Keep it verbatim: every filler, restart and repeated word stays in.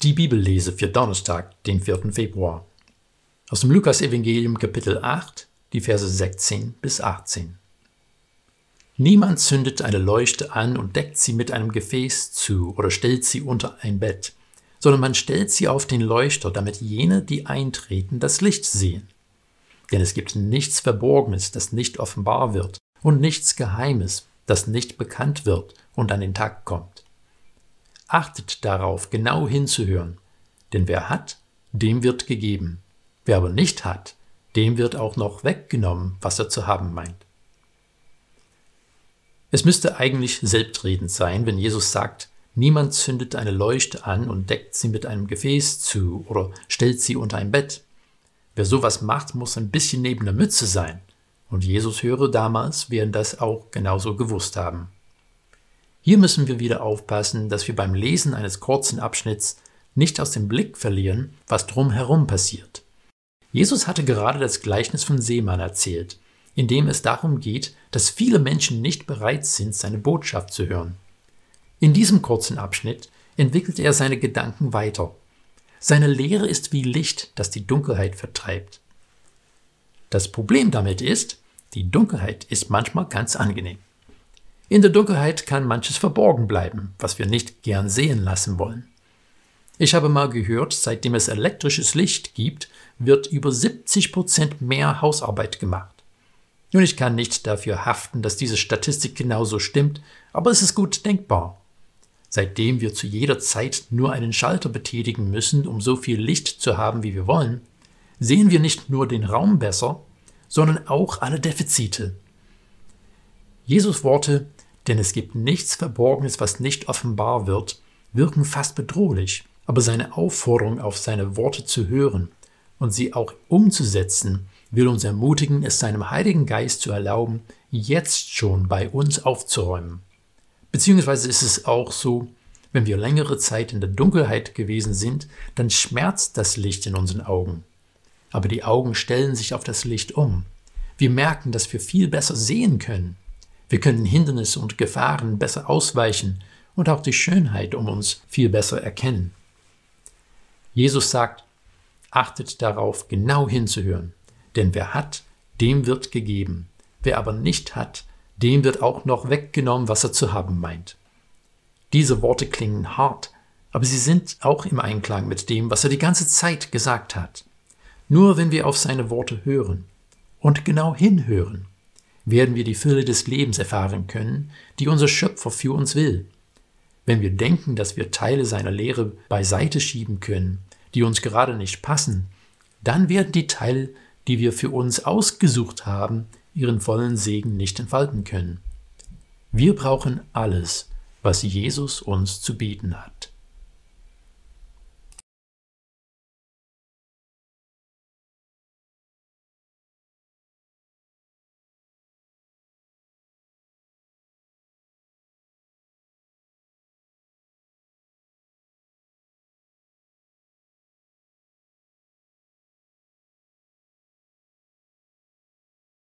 Die Bibellese für Donnerstag, den vierten Februar. Aus dem Lukas-Evangelium Kapitel acht, die Verse sechzehn bis achtzehn. Niemand zündet eine Leuchte an und deckt sie mit einem Gefäß zu oder stellt sie unter ein Bett, sondern man stellt sie auf den Leuchter, damit jene, die eintreten, das Licht sehen. Denn es gibt nichts Verborgenes, das nicht offenbar wird, und nichts Geheimes, das nicht bekannt wird und an den Tag kommt. Achtet darauf, genau hinzuhören, denn wer hat, dem wird gegeben. Wer aber nicht hat, dem wird auch noch weggenommen, was er zu haben meint. Es müsste eigentlich selbstredend sein, wenn Jesus sagt, niemand zündet eine Leuchte an und deckt sie mit einem Gefäß zu oder stellt sie unter ein Bett. Wer sowas macht, muss ein bisschen neben der Mütze sein. Und Jesus höre damals, werden das auch genauso gewusst haben. Hier müssen wir wieder aufpassen, dass wir beim Lesen eines kurzen Abschnitts nicht aus dem Blick verlieren, was drumherum passiert. Jesus hatte gerade das Gleichnis von Seemann erzählt, in dem es darum geht, dass viele Menschen nicht bereit sind, seine Botschaft zu hören. In diesem kurzen Abschnitt entwickelt er seine Gedanken weiter. Seine Lehre ist wie Licht, das die Dunkelheit vertreibt. Das Problem damit ist, die Dunkelheit ist manchmal ganz angenehm. In der Dunkelheit kann manches verborgen bleiben, was wir nicht gern sehen lassen wollen. Ich habe mal gehört, seitdem es elektrisches Licht gibt, wird über siebzig Prozent mehr Hausarbeit gemacht. Nun, ich kann nicht dafür haften, dass diese Statistik genauso stimmt, aber es ist gut denkbar. Seitdem wir zu jeder Zeit nur einen Schalter betätigen müssen, um so viel Licht zu haben, wie wir wollen, sehen wir nicht nur den Raum besser, sondern auch alle Defizite. Jesus' Worte, denn es gibt nichts Verborgenes, was nicht offenbar wird, wirken fast bedrohlich, aber seine Aufforderung, auf seine Worte zu hören und sie auch umzusetzen, will uns ermutigen, es seinem Heiligen Geist zu erlauben, jetzt schon bei uns aufzuräumen. Beziehungsweise ist es auch so, wenn wir längere Zeit in der Dunkelheit gewesen sind, dann schmerzt das Licht in unseren Augen. Aber die Augen stellen sich auf das Licht um. Wir merken, dass wir viel besser sehen können. Wir können Hindernisse und Gefahren besser ausweichen und auch die Schönheit um uns viel besser erkennen. Jesus sagt, achtet darauf, genau hinzuhören, denn wer hat, dem wird gegeben. Wer aber nicht hat, dem wird auch noch weggenommen, was er zu haben meint. Diese Worte klingen hart, aber sie sind auch im Einklang mit dem, was er die ganze Zeit gesagt hat. Nur wenn wir auf seine Worte hören und genau hinhören, werden wir die Fülle des Lebens erfahren können, die unser Schöpfer für uns will. Wenn wir denken, dass wir Teile seiner Lehre beiseite schieben können, die uns gerade nicht passen, dann werden die Teile, die wir für uns ausgesucht haben, ihren vollen Segen nicht entfalten können. Wir brauchen alles, was Jesus uns zu bieten hat.